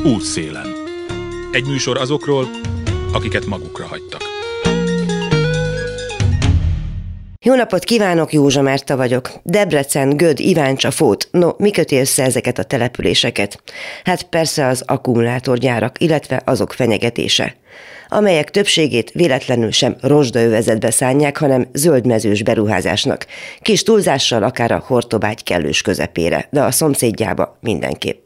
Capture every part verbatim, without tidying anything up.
Útszélen. Egy műsor azokról, akiket magukra hagytak. Jó napot kívánok, Józsa Márta vagyok. Debrecen, Göd, Iváncsa, Fót. No, mi köti össze ezeket a településeket? Hát persze az akkumulátorgyárak, illetve azok fenyegetése, amelyek többségét véletlenül sem rozsdaövezetbe szánják, hanem zöldmezős beruházásnak. Kis túlzással akár a Hortobágy kellős közepére, de a szomszédjába mindenképp.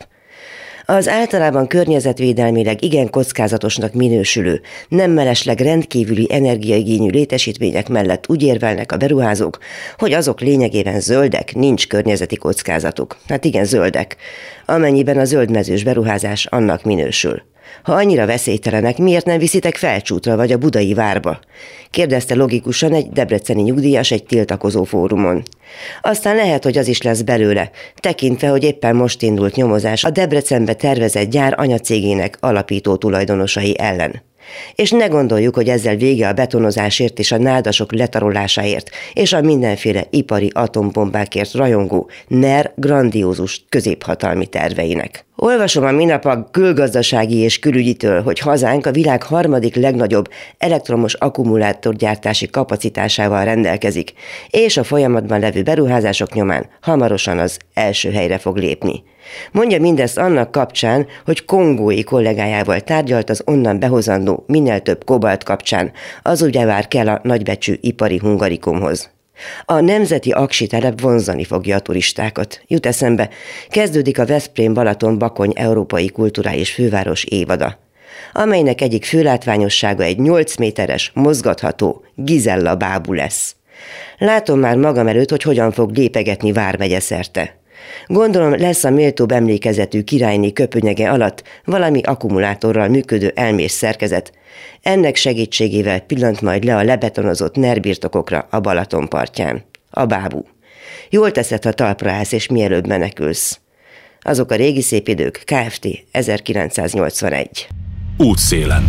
Az általában környezetvédelmileg igen kockázatosnak minősülő, nem mellesleg rendkívüli energiaigényű létesítmények mellett úgy érvelnek a beruházók, hogy azok lényegében zöldek, nincs környezeti kockázatuk. Hát igen, zöldek, amennyiben a zöldmezős beruházás annak minősül. Ha annyira veszélytelenek, miért nem viszitek Felcsútra vagy a Budai Várba? Kérdezte logikusan egy debreceni nyugdíjas egy tiltakozó fórumon. Aztán lehet, hogy az is lesz belőle, tekintve, hogy éppen most indult nyomozás a Debrecenbe tervezett gyár anyacégének alapító tulajdonosai ellen. És ne gondoljuk, hogy ezzel vége a betonozásért és a nádasok letarolásáért és a mindenféle ipari atombombákért rajongó NER grandiózus középhatalmi terveinek. Olvasom a minap a külgazdasági és külügyitől, hogy hazánk a világ harmadik legnagyobb elektromos akkumulátorgyártási kapacitásával rendelkezik, és a folyamatban levő beruházások nyomán hamarosan az első helyre fog lépni. Mondja mindezt annak kapcsán, hogy kongói kollégájával tárgyalt az onnan behozandó minél több kobalt kapcsán, az ugye vár kell a nagybecsű ipari hungarikumhoz. A nemzeti aksi telep vonzani fogja a turistákat. Jut eszembe, kezdődik a Veszprém-Balaton-Bakony Európai Kulturális Főváros évada, amelynek egyik főlátványossága egy nyolc méteres, mozgatható Gizella bábú lesz. Látom már magam előtt, hogy hogyan fog lépegetni vármegye szerte. Gondolom lesz a méltóbb emlékezetű királyné köpönyege alatt valami akkumulátorral működő elmés szerkezet. Ennek segítségével pillant majd le a lebetonozott NER birtokokra a Balaton partján. A bábú. Jól teszed, ha talpra állsz, és mielőbb menekülsz. Azok a régi szép idők. Kft. ezerkilencszáznyolcvanegy. Útszélen.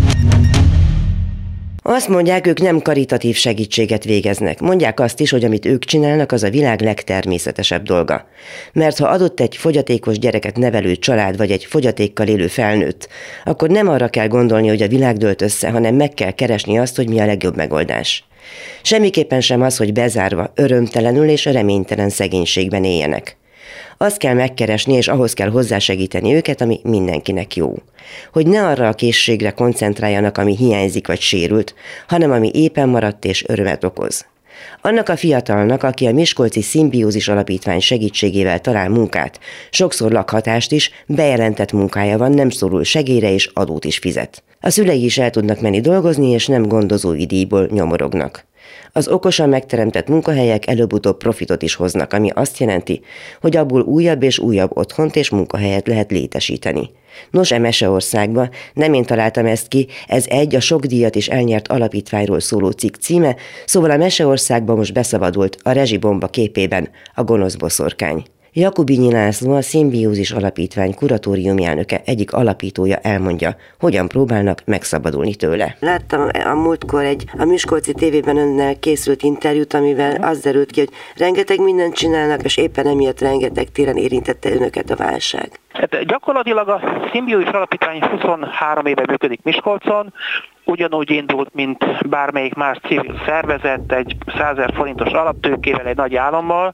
Azt mondják, ők nem karitatív segítséget végeznek. Mondják azt is, hogy amit ők csinálnak, az a világ legtermészetesebb dolga. Mert ha adott egy fogyatékos gyereket nevelő család, vagy egy fogyatékkal élő felnőtt, akkor nem arra kell gondolni, hogy a világ dőlt össze, hanem meg kell keresni azt, hogy mi a legjobb megoldás. Semmiképpen sem az, hogy bezárva, örömtelenül és reménytelen szegénységben éljenek. Azt kell megkeresni, és ahhoz kell hozzásegíteni őket, ami mindenkinek jó. Hogy ne arra a készségre koncentráljanak, ami hiányzik vagy sérült, hanem ami éppen maradt és örömet okoz. Annak a fiatalnak, aki a Miskolci Szimbiózis Alapítvány segítségével talál munkát, sokszor lakhatást is, bejelentett munkája van, nem szorul segélyre és adót is fizet. A szülei is el tudnak menni dolgozni, és nem gondozói díjból nyomorognak. Az okosan megteremtett munkahelyek előbb-utóbb profitot is hoznak, ami azt jelenti, hogy abból újabb és újabb otthont és munkahelyet lehet létesíteni. Nos, e Meseországban, nem én találtam ezt ki, ez egy a sok díjat is elnyert alapítványról szóló cikk címe, szóval a Meseországban most beszabadult a rezsibomba képében a gonosz boszorkány. Jakubinyi László, a Szimbiózis Alapítvány kuratóriumjelnöke, egyik alapítója elmondja, hogyan próbálnak megszabadulni tőle. Láttam a múltkor egy a Miskolci tévében önnel készült interjút, amivel az derült ki, hogy rengeteg mindent csinálnak, és éppen emiatt rengeteg téren érintette önöket a válság. Hát gyakorlatilag a Szimbiózis Alapítvány huszonhárom éve működik Miskolcon, ugyanúgy indult, mint bármelyik más civil szervezet, egy százezer forintos alaptőkével, egy nagy állammal.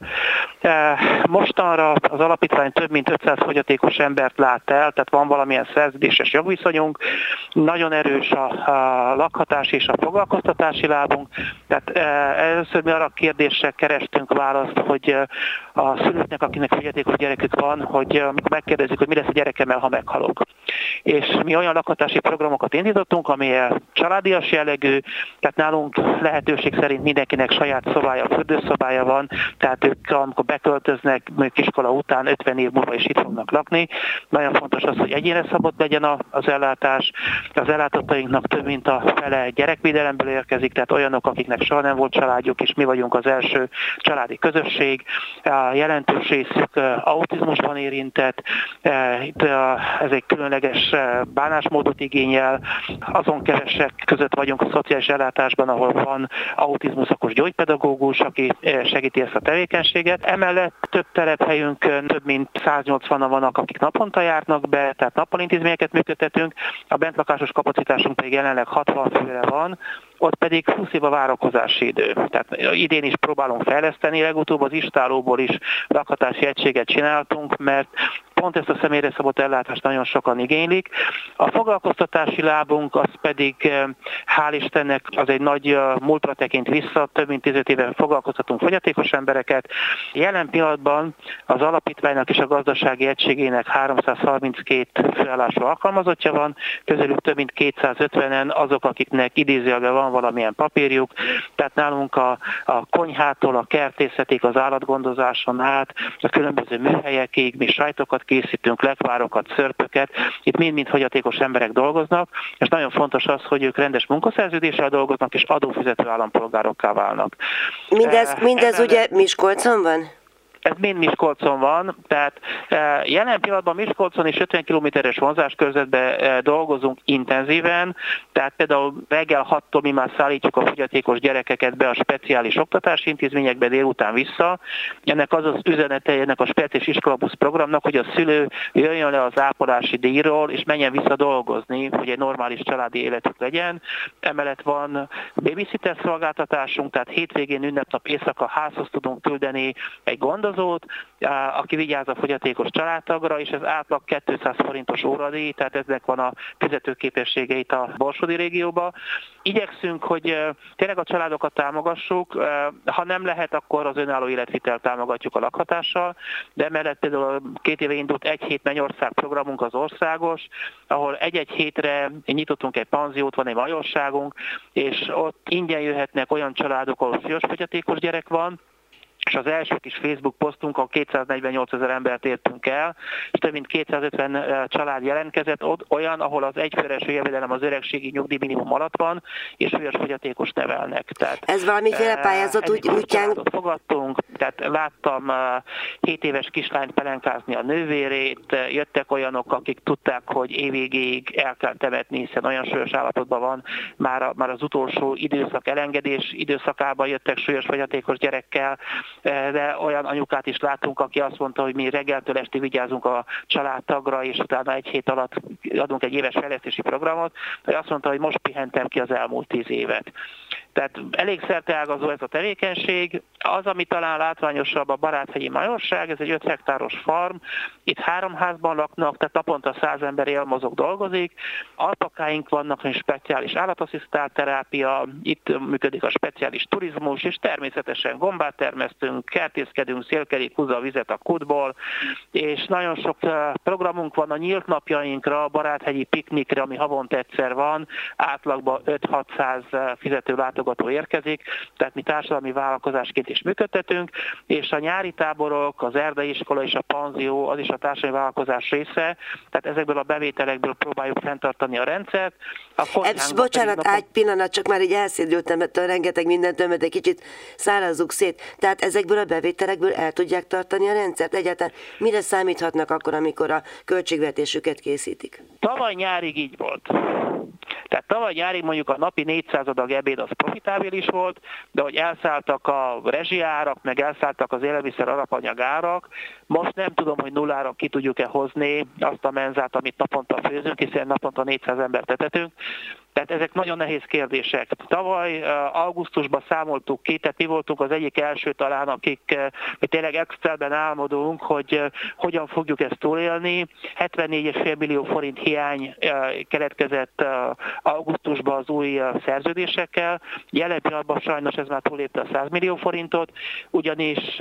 Mostanra az alapítvány több mint ötszáz fogyatékos embert lát el, tehát van valamilyen szerződéses jogviszonyunk, nagyon erős a, a lakhatás és a foglalkoztatási lábunk. Tehát először mi arra a kérdésre kerestünk választ, hogy a szülőknek, akinek fogyatékos gyerekük van, hogy amikor megkérdezik, hogy mi lesz a gyerekemmel, ha meghalok. És mi olyan lakhatási programokat indítottunk, ami családias jellegű, tehát nálunk lehetőség szerint mindenkinek saját szobája, fürdőszobája van, tehát ők amikor beköltöznek, mondjuk iskola után ötven év múlva is itt fognak lakni. Nagyon fontos az, hogy egyénre szabott legyen az ellátás. Az ellátottainknak több mint a fele gyerekvédelemből érkezik, tehát olyanok, akiknek soha nem volt családjuk, és mi vagyunk az első családi közösség. A jelentős részük autizmusban érintett, itt ez egy különleges bánásmódot igényel, azon keres elsők között vagyunk a szociális ellátásban, ahol van autizmus szakos gyógypedagógus, aki segíti ezt a tevékenységet. Emellett több telephelyünkön több mint száznyolcvanan vannak, akik naponta járnak be, tehát nappalintézményeket működtetünk. A bentlakásos kapacitásunk pedig jelenleg hatvan főre van, ott pedig húsz év a várakozási idő. Tehát idén is próbálunk fejleszteni, legutóbb az istálóból is lakhatási egységet csináltunk, mert pont ezt a személyre szabott ellátást nagyon sokan igénylik. A foglalkoztatási lábunk az pedig, hál' Istennek, az egy nagy múltra tekint vissza, több mint tíz éve foglalkoztatunk fogyatékos embereket. Jelen pillanatban az alapítványnak és a gazdasági egységének háromszázharminckét főállású alkalmazottja van, közülük több mint kétszázötvenen azok, akiknek idézőjelben van valamilyen papírjuk, tehát nálunk a, a konyhától, a kertészetig, az állatgondozáson át, a különböző műhelyekig, mi sajtokat készítünk, lekvárokat, szörpöket, itt mind-mind fogyatékos emberek dolgoznak, és nagyon fontos az, hogy ők rendes munkaszerződéssel dolgoznak, és adófizető állampolgárokká válnak. Mindez, mindez e, ugye Miskolcon van? Ez mind Miskolcon van, tehát jelen pillanatban Miskolcon és ötven kilométeres vonzáskörzetben dolgozunk intenzíven, tehát például reggel hattól mi már szállítjuk a fogyatékos gyerekeket be a speciális oktatási intézményekbe, délután vissza. Ennek az az üzenete, ennek a speciális iskolabusz programnak, hogy a szülő jöjjön le az ápolási díjról, és menjen vissza dolgozni, hogy egy normális családi életük legyen. Emellett van babysitter szolgáltatásunk, tehát hétvégén, ünnepnap, éjszaka házhoz tudunk küldeni egy gondozót, aki vigyáz a fogyatékos családtagra, és ez átlag kétszáz forintos óradíj, tehát eznek van a fizetőképességeit a borsodi régióban. Igyekszünk, hogy tényleg a családokat támogassuk, ha nem lehet, akkor az önálló életvitelt támogatjuk a lakhatással, de emellett például két éve indult egy hét Mennyország programunk, az országos, ahol egy-egy hétre nyitottunk egy panziót, van egy majorságunk, és ott ingyen jöhetnek olyan családok, ahol súlyos fogyatékos gyerek van, és az első kis Facebook posztunk, ahol kétszáznegyvennyolcezer embert értünk el, és több mint kétszázötven család jelentkezett, ott olyan, ahol az egyfőres jövedelem az öregségi nyugdíjminimum alatt van, és súlyos fogyatékos nevelnek. Tehát, ez valamiféle pályázat úgy, útján... fogadtunk, tehát láttam hét éves kislányt pelenkázni a nővérét, jöttek olyanok, akik tudták, hogy évvégéig el kell temetni, hiszen olyan súlyos állapotban van, már, a, már az utolsó időszak elengedés időszakában jöttek súlyos fogyatékos gyerekkel, de olyan anyukát is láttunk, aki azt mondta, hogy mi reggeltől estig vigyázunk a családtagra, és utána egy hét alatt adunk egy éves fejlesztési programot, de azt mondta, hogy most pihentem ki az elmúlt tíz évet. Tehát elég szerteágazó ez a tevékenység. Az, ami talán látványosabb, a Baráthegyi Majorság, ez egy öt hektáros farm, itt három házban laknak, tehát naponta száz ember él, mozog, dolgozik. Alpakáink vannak, hogy speciális állatasszisztált terápia, itt működik a speciális turizmus, és természetesen gombát termesztünk, kertészkedünk, szélkerék húzza a vizet a kútból, és nagyon sok programunk van a nyílt napjainkra, a Baráthegyi piknikre, ami havonta egyszer van, átlagban öt-hatszáz fizető látogató érkezik, tehát mi társadalmi vállalkozásként is működtetünk, és a nyári táborok, az erdei iskola és a panzió, az is a társadalmi vállalkozás része, tehát ezekből a bevételekből próbáljuk fenntartani a rendszert. Ez, bocsánat, napon... egy pillanat, csak már így elszédültem, mert rengeteg mindent, mert egy kicsit szárazzuk szét. Tehát ezekből a bevételekből el tudják tartani a rendszert? Egyáltalán mire számíthatnak akkor, amikor a költségvetésüket készítik? Tavaly nyárig így volt. Tehát tavaly nyárig mondjuk a napi négyszáz adag ebéd az profitábilis volt, de hogy elszálltak a rezsiárak, meg elszálltak az élelmiszer alapanyag árak, most nem tudom, hogy nullára ki tudjuk-e hozni azt a menzát, amit naponta főzünk, hiszen naponta négyszáz embert etetünk. Tehát ezek nagyon nehéz kérdések. Tavaly augusztusban számoltuk ki, tehát mi voltunk az egyik első talán, akik hogy tényleg Excelben álmodunk, hogy hogyan fogjuk ezt túlélni. hetvennégy egész öt millió forint hiány keletkezett augusztusban az új szerződésekkel. Jelen pillanatban sajnos ez már túlépte a száz millió forintot, ugyanis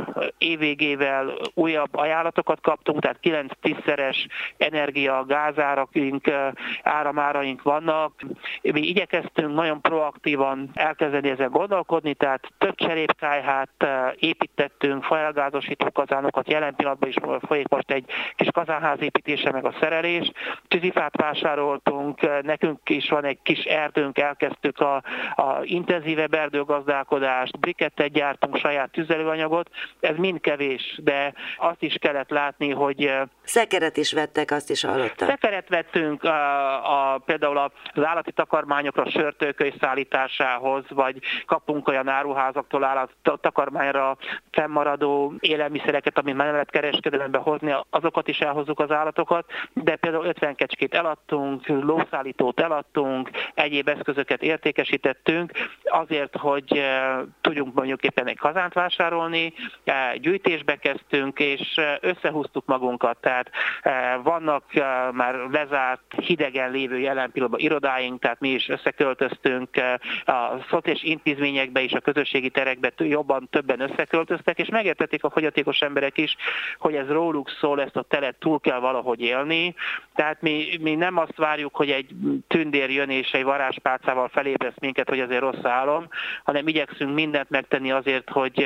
évvégével újabb ajánlatokat kaptunk, tehát kilenc-tízszeres energia, gázárakink, áramáraink vannak. Mi igyekeztünk nagyon proaktívan elkezdeni ezen gondolkodni, tehát több cserépkályhát építettünk, fajelgázosító kazánokat, jelen pillanatban is folyik most egy kis kazánház építése, meg a szerelés. Tűzifát vásároltunk, nekünk is van egy kis erdőnk, elkezdtük a, a intenzívebb erdőgazdálkodást, brikettet gyártunk, saját tüzelőanyagot, ez mind kevés, de azt is kellett látni, hogy... Szekeret is vettek, azt is hallottam. Szekeret vettünk, a, a, például az állati takarmányokra, sörtőköly szállításához, vagy kapunk olyan áruházaktól állat takarmányra fennmaradó élelmiszereket, amit már nem lehet kereskedelembe hozni, azokat is elhozzuk az állatokat, de például ötven kecskét eladtunk, lószállítót eladtunk, egyéb eszközöket értékesítettünk, azért, hogy tudjunk mondjuk éppen egy kazánt vásárolni, gyűjtésbe kezdtünk, és összehúztuk magunkat, tehát vannak már lezárt, hidegen lévő jelen pillanatban irodáink, tehát mi is összeköltöztünk, a szociális intézményekbe és a közösségi terekbe jobban többen összeköltöztek, és megértették a fogyatékos emberek is, hogy ez róluk szól, ezt a telet túl kell valahogy élni, tehát mi, mi nem azt várjuk, hogy egy tündér jön és egy varázspálcával felébreszt minket, hogy azért rossz álom, hanem igyekszünk mindent megtenni azért, hogy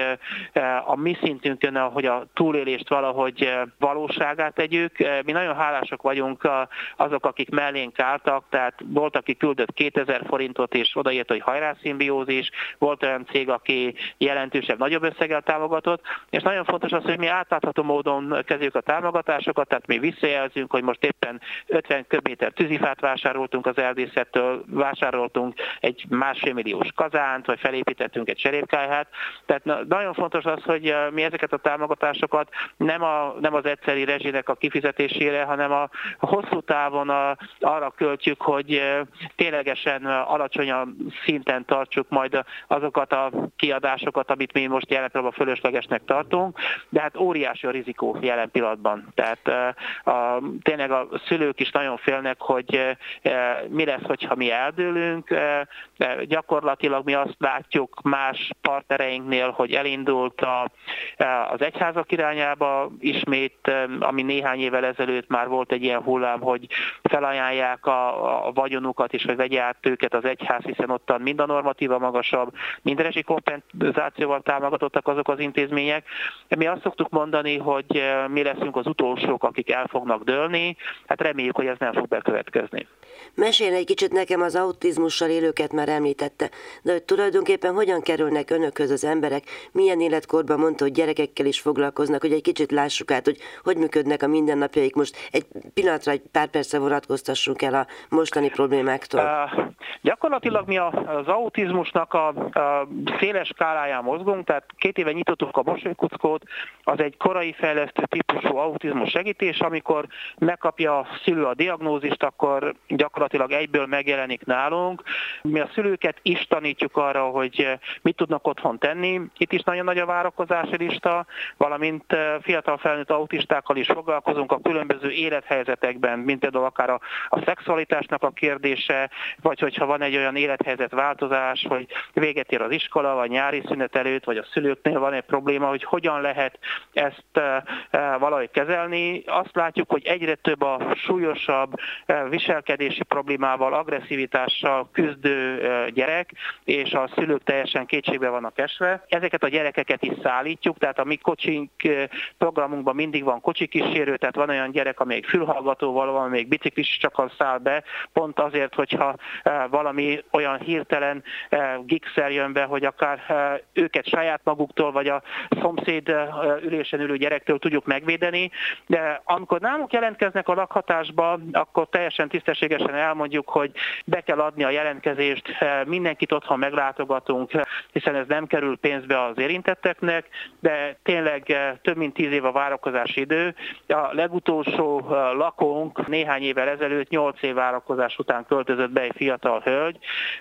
a mi szintünkön, hogy a túlélést valahogy valóságát tegyük. Mi nagyon hálásak vagyunk azok, akik mellénk álltak, tehát volt, aki küldött kétezer forintot, és odaírt, hogy hajrá szimbiózis, volt olyan cég, aki jelentősebb, nagyobb összeggel támogatott, és nagyon fontos az, hogy mi átlátható módon kezdjük a támogatásokat, tehát mi visszajelzünk, hogy most éppen ötven köbméter tűzifát vásároltunk az erdészettől, vásároltunk egy másfél milliós kazánt, vagy felépítettünk egy cserépkályhát, tehát nagyon fontos az, hogy mi ezeket a támogatásokat nem, a, nem az egyszeri rezsinek a kifizetésére, hanem a hosszú távon a, arra költjük, hogy ténylegesen alacsonyabb szinten tartsuk majd azokat a kiadásokat, amit mi most jelen pillanatban fölöslegesnek tartunk, de hát óriási a rizikó jelen pillanatban. Tehát a, tényleg a szülők is nagyon félnek, hogy mi lesz, hogyha mi eldőlünk. Gyakorlatilag mi azt látjuk más partnereinknél, hogy elindult a, az egyházak irányába ismét, ami néhány évvel ezelőtt már volt egy ilyen hullám, hogy felajánlják a, a vagyonukat, és hogy vegye át őket az egyház, hiszen ottan mind a normatíva magasabb, mind rezsikompenzációval támogatottak azok az intézmények. Mi azt szoktuk mondani, hogy mi leszünk az utolsók, akik el fognak dőlni, hát reméljük, hogy ez nem fog bekövetkezni. Mesélj egy kicsit nekem, az autizmussal élőket már említette, de hogy tulajdonképpen hogyan kerülnek önökhöz az emberek, milyen életkorban, mondta, hogy gyerekekkel is foglalkoznak, hogy egy kicsit lássuk át, hogy hogy működnek a mindennapjaik. Most egy pillanatra, egy pár percre vonatkoztassunk el a mostani problémáktól. Uh, gyakorlatilag mi az autizmusnak a, a széles skáláján mozgunk, tehát két éve nyitottuk a mosolykuckót, az egy korai fejlesztő típusú autizmus segítés, amikor megkapja a szülő a diagnózist, akkor gyakorlatilag egyből megjelenik nálunk. Mi a szülőket is tanítjuk arra, hogy mit tudnak otthon tenni. Itt is nagyon nagy a várakozási lista, valamint fiatal felnőtt autistákkal is foglalkozunk a különböző élethelyzetekben, mint például akár a, a szexualitásnak a kérdése, vagy hogyha van egy olyan élethelyzet változás, hogy véget ér az iskola, vagy nyári szünet előtt, vagy a szülőknél van egy probléma, hogy hogyan lehet ezt e, e, valahogy kezelni. Azt látjuk, hogy egyre több a súlyosabb e, viselkedési problémával, agresszivitással küzdő e, gyerek, és a szülők teljesen kétségbe vannak esve. Ezeket a gyerekeket is szállítjuk, tehát a mi coaching programunkban mindig van kocsikísérő, tehát van olyan gyerek, amelyik fülhallgatóval van, amelyik biciklis csak az száll be, pont azért, hogyha valami olyan hirtelen gigszer jön be, hogy akár őket saját maguktól, vagy a szomszéd ülésen ülő gyerektől tudjuk megvédeni, de amikor nálunk jelentkeznek a lakhatásba, akkor teljesen tisztességesen elmondjuk, hogy be kell adni a jelentkezést, mindenkit otthon meglátogatunk, hiszen ez nem kerül pénzbe az érintetteknek, de tényleg több mint tíz év a várakozási idő. A legutolsó lakónk néhány évvel ezelőtt nyolc év várakozás után költözött be egy fiatal hölgy,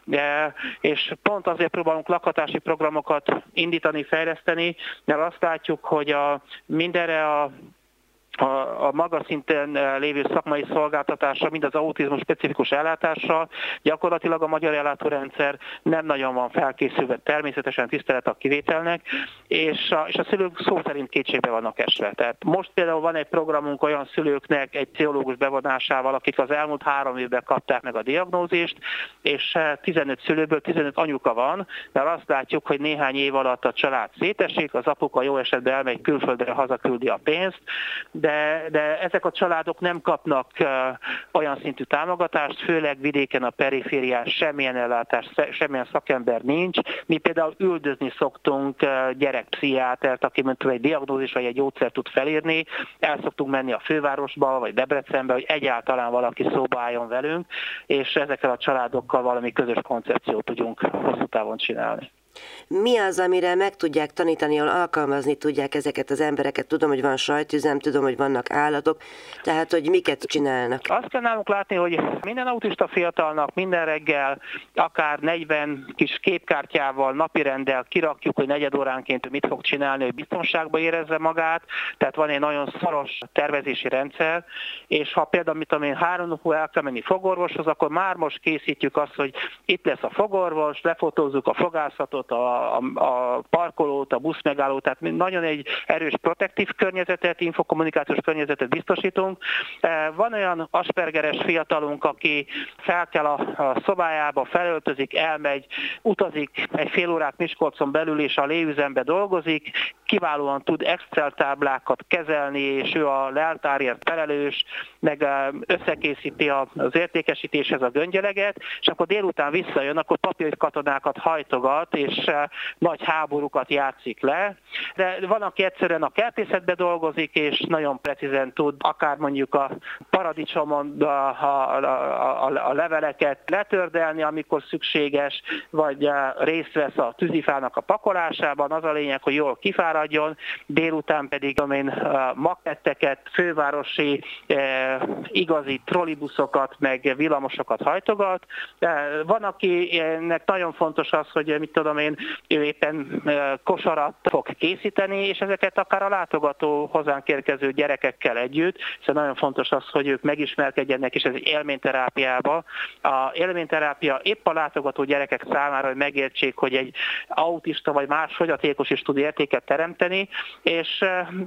és pont azért próbálunk lakhatási programokat indítani, fejleszteni, mert azt látjuk, hogy a, mindenre a A, a magas szinten lévő szakmai szolgáltatásra, mind az autizmus specifikus ellátással, gyakorlatilag a magyar ellátórendszer nem nagyon van felkészülve, természetesen tisztelet a kivételnek, és a, és a szülők szó szerint kétségbe vannak esve. Tehát most például van egy programunk olyan szülőknek egy pszichológus bevonásával, akik az elmúlt három évben kapták meg a diagnózist, és tizenöt szülőből tizenöt anyuka van, mert azt látjuk, hogy néhány év alatt a család szétesik, az apuka jó esetben elmegy külföldre, hazaküldi a pénzt, de, de ezek a családok nem kapnak olyan szintű támogatást, főleg vidéken a periférián semmilyen ellátás, semmilyen szakember nincs. Mi például üldözni szoktunk gyerekpszichiátert, aki mondjuk egy diagnózis vagy egy gyógyszert tud felírni, el szoktunk menni a fővárosba vagy Debrecenbe, hogy egyáltalán valaki szóba álljon velünk, és ezekkel a családokkal valami közös koncepciót tudjunk hosszú távon csinálni. Mi az, amire meg tudják tanítani, alkalmazni tudják ezeket az embereket? Tudom, hogy van sajtüzem, tudom, hogy vannak állatok, tehát, hogy miket csinálnak? Azt kell nálunk látni, hogy minden autista fiatalnak minden reggel akár negyven kis képkártyával, napirenddel kirakjuk, hogy negyed óránként mit fog csinálni, hogy biztonságban érezze magát, tehát van egy nagyon szoros tervezési rendszer, és ha például, mit tudom én, három nap el kell menni fogorvoshoz, akkor már most készítjük azt, hogy itt lesz a fogorvos, lefotózzuk a fogászatot, A, a, a parkolót, a buszmegállót, tehát nagyon egy erős protektív környezetet, infokommunikációs környezetet biztosítunk. Van olyan aspergeres fiatalunk, aki felkel a, a szobájába, felöltözik, elmegy, utazik egy fél órát Miskolcon belül, és a léüzembe dolgozik, kiválóan tud Excel táblákat kezelni, és ő a leltárért felelős, meg összekészíti az értékesítéshez a göngyeleget, és akkor délután visszajön, akkor papírkatonákat hajtogat, és nagy háborúkat játszik le, de van, aki egyszerűen a kertészetben dolgozik, és nagyon precízen tud akár mondjuk a paradicsomon a, a, a, a leveleket letördelni, amikor szükséges, vagy részt vesz a tűzifának a pakolásában. Az a lényeg, hogy jól kifáradjon, délután pedig amin maketteket, fővárosi eh, igazi trollibuszokat, meg villamosokat hajtogat. Van, akinek nagyon fontos az, hogy mit tudom én, ő éppen kosarat fog készíteni, és ezeket akár a látogató hozzánk érkező gyerekekkel együtt, hiszen nagyon fontos az, hogy ők megismerkedjenek, és ez egy élményterápiába. A élményterápia épp a látogató gyerekek számára, hogy megértsék, hogy egy autista vagy más fogyatékos is tud értéket teremteni, és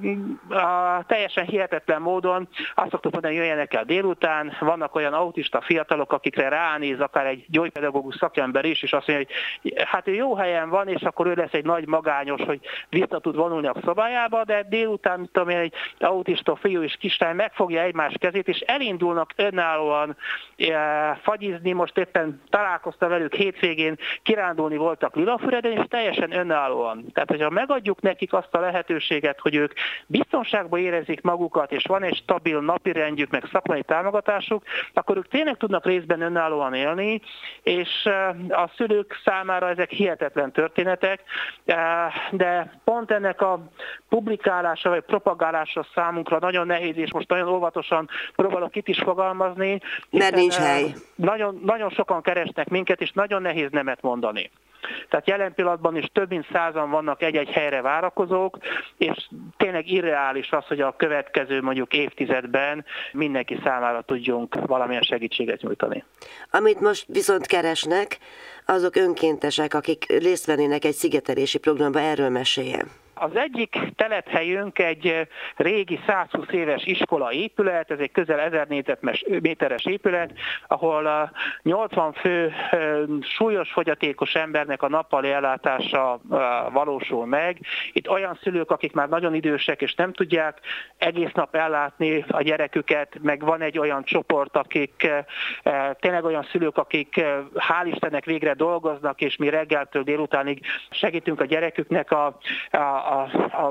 a teljesen hihetetlen módon azt szoktuk mondani, hogy jöjjenek el délután, vannak olyan autista fiatalok, akikre ránéz akár egy gyógypedagógus szakember is, és azt mondja, hogy hát ő jó helyen van, és akkor ő lesz egy nagy magányos, hogy vissza tud vonulni a szobájába, de délután, mit tudom én, egy autista fiú és kislány megfogja egymás kezét, és elindulnak önállóan e, fagyizni. Most éppen találkoztam velük hétvégén, kirándulni voltak Lilafüreden, és teljesen önállóan. Tehát, hogyha megadjuk nekik azt a lehetőséget, hogy ők biztonságban érezik magukat, és van egy stabil napirendjük, meg szakmai támogatásuk, akkor ők tényleg tudnak részben önállóan élni, és a szülők számára ezek hihetetlen történetek, de pont ennek a publikálása vagy propagálása számunkra nagyon nehéz, és most nagyon óvatosan próbálok itt is fogalmazni. Mert nincs hely. Nagyon, nagyon sokan keresnek minket, és nagyon nehéz nemet mondani. Tehát jelen pillanatban is több mint százan vannak egy-egy helyre várakozók, és tényleg irreális az, hogy a következő mondjuk évtizedben mindenki számára tudjunk valamilyen segítséget nyújtani. Amit most viszont keresnek, azok önkéntesek, akik részt vennének egy szigetelési programba, erről meséljen. Az egyik telephelyünk egy régi százhúsz éves iskola épület, ez egy közel ezer négyzetméteres épület, ahol nyolcvan fő súlyos fogyatékos embernek a nappali ellátása valósul meg. Itt olyan szülők, akik már nagyon idősek, és nem tudják egész nap ellátni a gyereküket, meg van egy olyan csoport, akik tényleg olyan szülők, akik hál' Istennek végre dolgoznak, és mi reggeltől délutánig segítünk a gyereküknek a, a A, a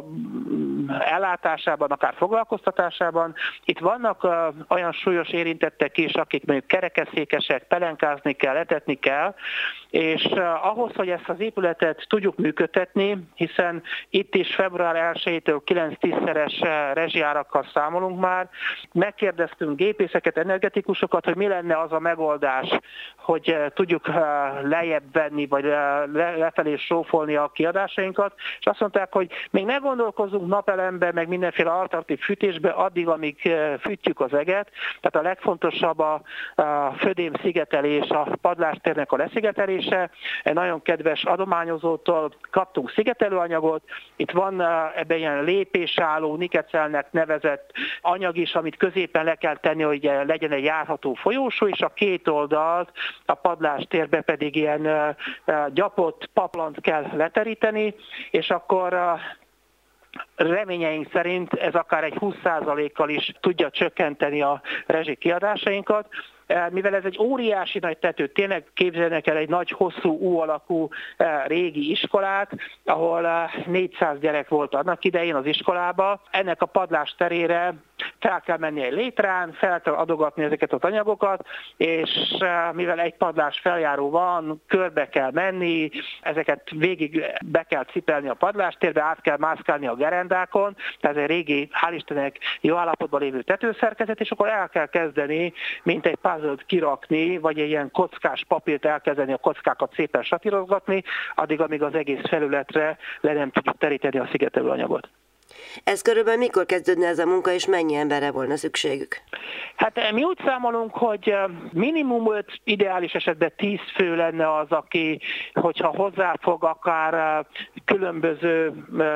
ellátásában, akár foglalkoztatásában. Itt vannak uh, olyan súlyos érintettek is, akik mondjuk kerekesszékesek, pelenkázni kell, etetni kell, és uh, ahhoz, hogy ezt az épületet tudjuk működtetni, hiszen itt is február elsejétől kilenc-tízszeres uh, rezsiárakkal számolunk már, megkérdeztünk gépészeket, energetikusokat, hogy mi lenne az a megoldás, hogy uh, tudjuk uh, lejjebb venni, vagy uh, le, lefelé sófolni a kiadásainkat, és azt mondták, hogy még ne gondolkozzunk napelembe, meg mindenféle alternatív fűtésbe addig, amíg fűtjük az eget. Tehát a legfontosabb a, a födém szigetelés, a padlástérnek a leszigetelése. Egy nagyon kedves adományozótól kaptunk szigetelőanyagot. Itt van ebben ilyen lépésálló, nikecelnek nevezett anyag is, amit középen le kell tenni, hogy legyen egy járható folyósó, és a két oldalt, a padlástérbe pedig ilyen gyapott paplant kell leteríteni, és akkor Reményeink szerint ez akár egy húsz százalékkal is tudja csökkenteni a rezsi kiadásainkat, mivel ez egy óriási nagy tető, tényleg képzeljenek el egy nagy, hosszú, U alakú régi iskolát, ahol négyszáz gyerek volt annak idején az iskolába. Ennek a padlás terére fel kell menni egy létrán, fel kell adogatni ezeket az anyagokat, és mivel egy padlás feljáró van, körbe kell menni, ezeket végig be kell cipelni a padlástérbe, át kell mászkálni a gerendákon, tehát egy régi, hál' Istennek jó állapotban lévő tetőszerkezet, és akkor el kell kezdeni, mint egy puzzle-t kirakni, vagy egy ilyen kockás papírt elkezdeni a kockákat szépen satírozgatni, addig, amíg az egész felületre le nem tudjuk teríteni a szigetelő anyagot. Ez körülbelül mikor kezdődne ez a munka, és mennyi emberre volna szükségük? Hát mi úgy számolunk, hogy minimum öt, ideális esetben tíz fő lenne az, aki, hogyha hozzáfog akár különböző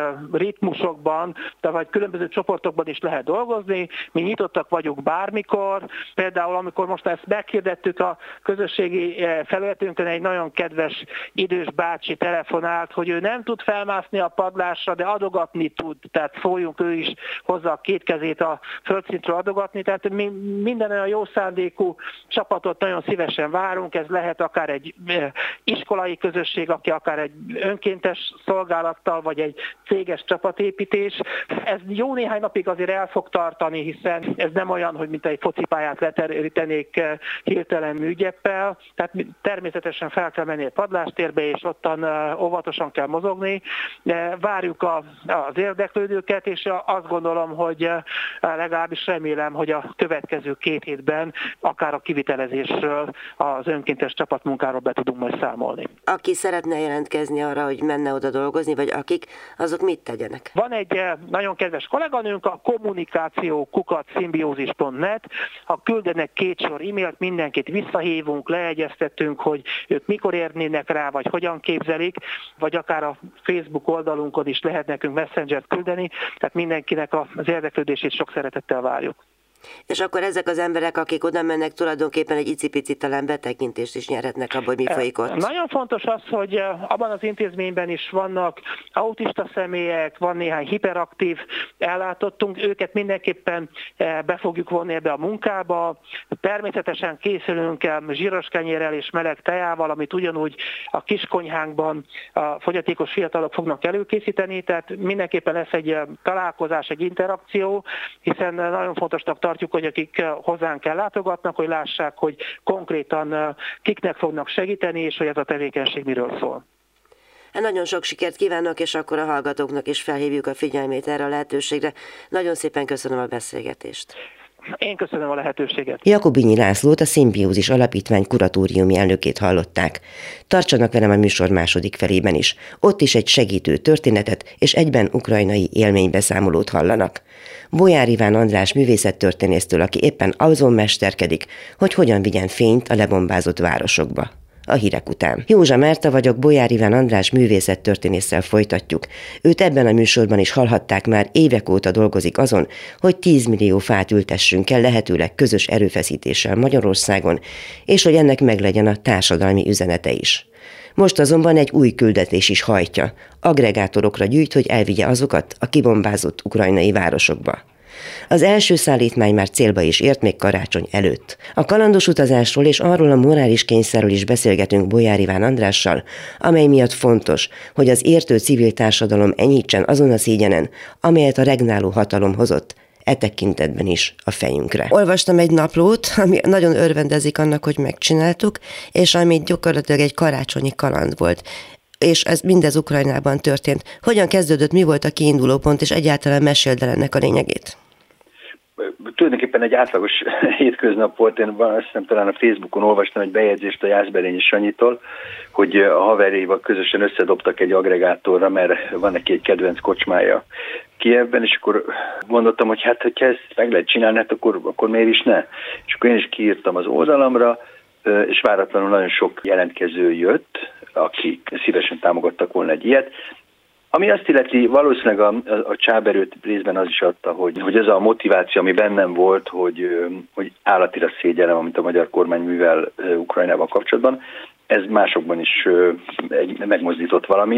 ritmusokban, de vagy különböző csoportokban is lehet dolgozni. Mi nyitottak vagyunk bármikor. Például amikor most ezt meghirdettük a közösségi felületünkön, egy nagyon kedves idős bácsi telefonált, hogy ő nem tud felmászni a padlásra, de adogatni tud. Tehát szóljunk ő is hozzá a két kezét a földszintről adogatni, tehát mi minden olyan jó szándékú csapatot nagyon szívesen várunk, ez lehet akár egy iskolai közösség, aki akár egy önkéntes szolgálattal, vagy egy céges csapatépítés. Ez jó néhány napig azért el fog tartani, hiszen ez nem olyan, hogy mint egy focipályát leterítenék hirtelen műgyeppel, tehát természetesen fel kell menni egy padlástérbe, és ottan óvatosan kell mozogni. Várjuk az érdeklődőket, és azt gondolom, hogy legalábbis remélem, hogy a következő két hétben akár a kivitelezésről, az önkéntes csapatmunkáról be tudunk majd számolni. Aki szeretne jelentkezni arra, hogy menne oda dolgozni, vagy akik, azok mit tegyenek? Van egy nagyon kedves kolléganőnk, a kommunikáció kukac szimbiózis pont net. Ha küldenek két sor e-mailt, mindenkit visszahívunk, leegyeztetünk, hogy ők mikor érnének rá, vagy hogyan képzelik, vagy akár a Facebook oldalunkon is lehet nekünk messengert küldeni, tehát mindenkinek az érdeklődését sok szeretettel várjuk. És akkor ezek az emberek, akik oda mennek, tulajdonképpen egy icipicit talán betekintést is nyerhetnek abban, hogy mi folyik ott. Nagyon fontos az, hogy abban az intézményben is vannak autista személyek, van néhány hiperaktív ellátottunk, őket mindenképpen be fogjuk vonni ebbe a munkába. Természetesen készülünk el zsíros kenyérrel és meleg tejával, amit ugyanúgy a kiskonyhánkban a fogyatékos fiatalok fognak előkészíteni, tehát mindenképpen lesz egy találkozás, egy interakció, hiszen nagyon fontosnak tartjuk, hogy akik hozzánk ellátogatnak, hogy lássák, hogy konkrétan kiknek fognak segíteni, és hogy ez a tevékenység miről szól. Nagyon sok sikert kívánok, és akkor a hallgatóknak is felhívjuk a figyelmét erre a lehetőségre. Nagyon szépen köszönöm a beszélgetést. Én köszönöm a lehetőséget. Jakobinyi Lászlót, a Szimbiózis Alapítvány kuratóriumi elnökét hallották. Tartsanak velem a műsor második felében is. Ott is egy segítő történetet és egyben ukrajnai élménybeszámolót hallanak. Bolyár Iván András művészettörténésztől, aki éppen azon mesterkedik, hogy hogyan vigyen fényt a lebombázott városokba. A hírek után. Józsa Márta vagyok, Bolyár Iván András művészettörténésszel folytatjuk. Őt ebben a műsorban is hallhatták, már évek óta dolgozik azon, hogy tíz millió fát ültessünk el lehetőleg közös erőfeszítéssel Magyarországon, és hogy ennek meglegyen a társadalmi üzenete is. Most azonban egy új küldetés is hajtja. Agregátorokra gyűjt, hogy elvigye azokat a kibombázott ukrajnai városokba. Az első szállítmány már célba is ért még karácsony előtt. A kalandos utazásról és arról a morális kényszerről is beszélgetünk Bolyár Iván Andrással, amely miatt fontos, hogy az értő civil társadalom enyhítsen azon a szégyenen, amelyet a regnáló hatalom hozott, e tekintetben is a fejünkre. Olvastam egy naplót, ami nagyon örvendezik annak, hogy megcsináltuk, és ami gyakorlatilag egy karácsonyi kaland volt. És ez mindez Ukrajnában történt. Hogyan kezdődött, mi volt a kiinduló pont, és egyáltalán meséld el ennek a lényegét? Tulajdonképpen egy átlagos hétköznap volt, én azt hiszem talán a Facebookon olvastam egy bejegyzést a Jászberényi Sanyitól, hogy a haverjaival közösen összedobtak egy agregátorra, mert van neki egy kedvenc kocsmája Kijevben, és akkor gondoltam, hogy hát, hogyha ezt meg lehet csinálni, hát akkor, akkor miért is ne? És akkor én is kiírtam az oldalamra, és váratlanul nagyon sok jelentkező jött, akik szívesen támogattak volna egy ilyet. Ami azt illeti, valószínűleg a, a, a csáberőt részben az is adta, hogy, hogy ez a motiváció, ami bennem volt, hogy, hogy állatira szégyellem, amit a magyar kormány művel Ukrajnával kapcsolatban, ez másokban is egy, megmozdított valamit.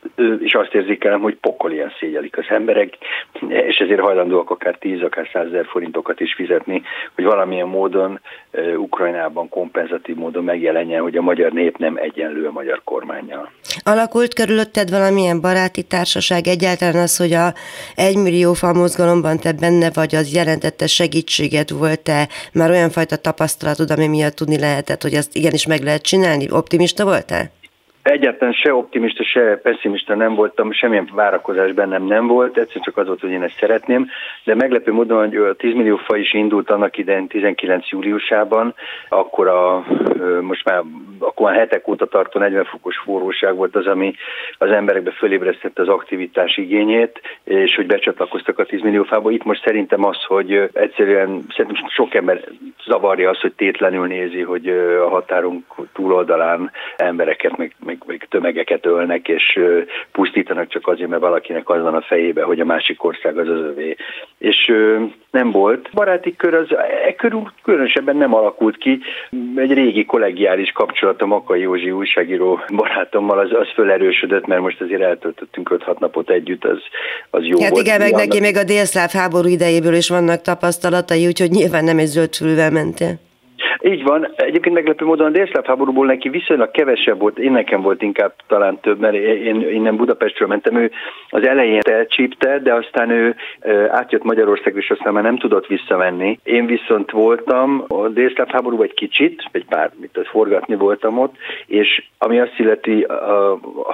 és azt érzékelem, hogy pokol ilyen szégyelik az emberek, és ezért hajlandóak akár tíz, akár százezer forintokat is fizetni, hogy valamilyen módon Ukrajnában kompenzatív módon megjelenjen, hogy a magyar nép nem egyenlő a magyar kormánnyal. Alakult körülötted valamilyen baráti társaság? Egyáltalán az, hogy a egymillió fa mozgalomban te benne vagy, az jelentette segítséget, volt-e már olyan fajta tapasztalatod, ami miatt tudni lehetett, hogy azt igenis meg lehet csinálni? Optimista voltál? Egyáltalán se optimista, se pessimista nem voltam, semmilyen várakozás bennem nem volt, egyszerűen csak az volt, hogy én ezt szeretném, de meglepő módon, hogy a tíz millió fa is indult annak idején tizenkilenc júliusában, akkor a, most már, akkor már hetek óta tartó negyven fokos forróság volt az, ami az emberekbe fölébresztette az aktivitás igényét, és hogy becsatlakoztak a tíz millió fába. Itt most szerintem az, hogy egyszerűen szerintem sok ember zavarja az, hogy tétlenül nézi, hogy a határunk túloldalán embereket meg Meg, meg tömegeket ölnek, és ö, pusztítanak csak azért, mert valakinek az van a fejébe, hogy a másik ország az az övé. És ö, nem volt. Baráti kör az e körül különösebben nem alakult ki. Egy régi kollegiális kapcsolatom Akai Józsi újságíró barátommal az, az fölerősödött, mert most azért eltöltöttünk öt-hat napot együtt, az, az jó hát volt. Igen, meg neki még a délszláv háború idejéből is vannak tapasztalatai, úgyhogy nyilván nem egy zöld fülűvel mentél. Így van. Egyébként meglepő módon a délszláv háborúból neki viszonylag kevesebb volt, én nekem volt inkább talán több, mert én innen Budapestről mentem, ő az elején elcsípte, de aztán ő átjött Magyarországra, és aztán már nem tudott visszamenni. Én viszont voltam a délszláv háborúban egy kicsit, egy pár, mit tudod, forgatni voltam ott, és ami azt illeti a,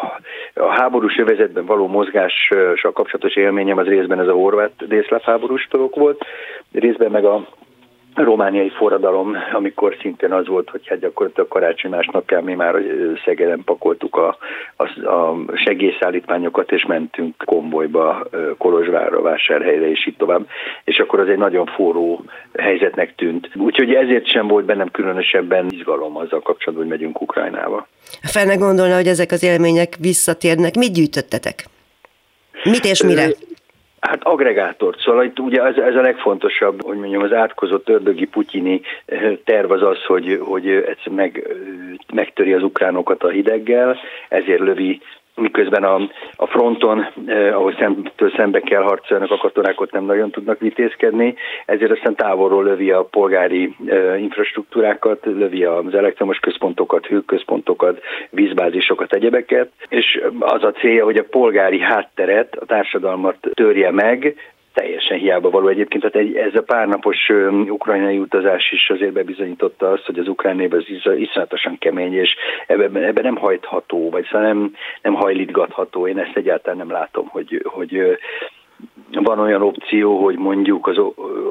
a háborús övezetben való mozgással kapcsolatos élményem, az részben ez a horvát délszláv háborús dolog volt, részben meg a romániai forradalom, amikor szintén az volt, hogy hát gyakorlatilag karácsony másnapján mi már Szegeden pakoltuk a, a, a segélyszállítmányokat, és mentünk konvojba Kolozsvárra, Vásárhelyre, és így tovább. És akkor az egy nagyon forró helyzetnek tűnt. Úgyhogy ezért sem volt bennem különösebben izgalom azzal kapcsolatban, hogy megyünk Ukrajnába. Fel ne gondolna, hogy ezek az élmények visszatérnek. Mit gyűjtöttetek? Mit és mire? Hát agregátort, szóval itt ugye ez, ez a legfontosabb, hogy mondjam, az átkozott ördögi putyini terv az az, hogy, hogy egyszer meg, megtöri az ukránokat a hideggel, ezért lövi, miközben a, a fronton, eh, ahol szemtől szembe kell harcolni, a katonák ott nem nagyon tudnak vitézkedni, ezért aztán távolról lövi a polgári eh, infrastruktúrákat, lövi az elektromos központokat, hőközpontokat, vízbázisokat, egyebeket, és az a célja, hogy a polgári hátteret, a társadalmat törje meg, teljesen hiába való egyébként. Tehát egy, ez a párnapos uh, ukrajnai utazás is azért bebizonyította azt, hogy az ukrán nép az iszonyatosan kemény, és ebben, ebben nem hajtható, vagy szóval nem, nem hajlítgatható. Én ezt egyáltalán nem látom, hogy, hogy uh, van olyan opció, hogy mondjuk az,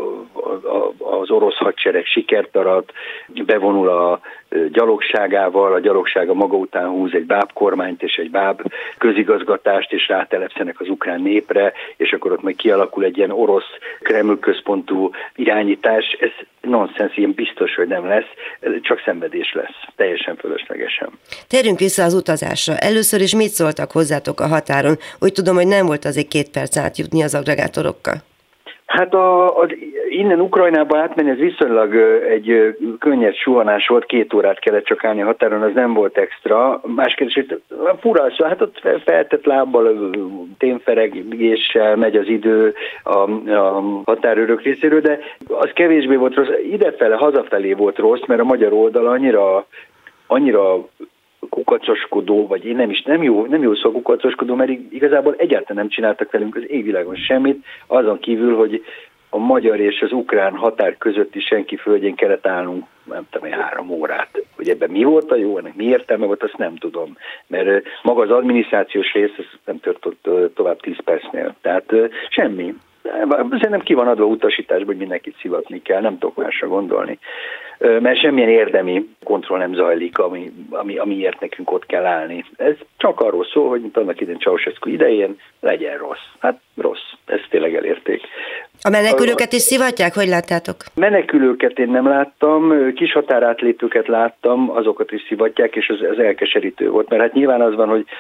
az orosz hadsereg sikert arat, bevonul a gyalogságával, a gyalogsága maga után húz egy bábkormányt és egy báb közigazgatást, és rátelepszenek az ukrán népre, és akkor ott meg kialakul egy ilyen orosz Kreml központú irányítás. Ez nonsens, ilyen biztos, hogy nem lesz, csak szenvedés lesz, teljesen fölöslegesen. Térjünk vissza az utazásra. Először is mit szóltak hozzátok a határon? Úgy tudom, hogy nem volt azért két perc átjutni az agregátorokkal. Hát a, az innen Ukrajnába átmenni, ez viszonylag egy könnyed suhanás volt, két órát kellett csak állni a határon, az nem volt extra. Más kérdés, hogy fura, szóval hát ott feltett lábbal, témferegéssel megy az idő a, a határőrök részéről, de az kevésbé volt rossz. Idefele, hazafelé volt rossz, mert a magyar oldal annyira, annyira kukacoskodó, vagy én nem is, nem jó, nem jó szó kukacoskodó, mert igazából egyáltalán nem csináltak velünk az égvilágon semmit, azon kívül, hogy a magyar és az ukrán határ közötti senki földjén kellett állnunk, nem tudom, három órát. Hogy ebben mi volt a jó, ennek mi értelme volt, azt nem tudom. Mert maga az adminisztrációs rész ez nem történt tovább tíz percnél. Tehát semmi. Szerintem ki van adva utasításban, hogy mindenkit szivatni kell, nem tudok másra gondolni. Mert semmilyen érdemi kontroll nem zajlik, ami, ami, amiért nekünk ott kell állni. Ez csak arról szól, hogy mint annak idején Ceausescu idején legyen rossz. Hát rossz, ezt tényleg elérték. A menekülőket is szivatják? Hogy láttátok? Menekülőket én nem láttam, kis határátlépőket láttam, azokat is szivatják, és ez, ez elkeserítő volt. Mert hát nyilván az van, hogy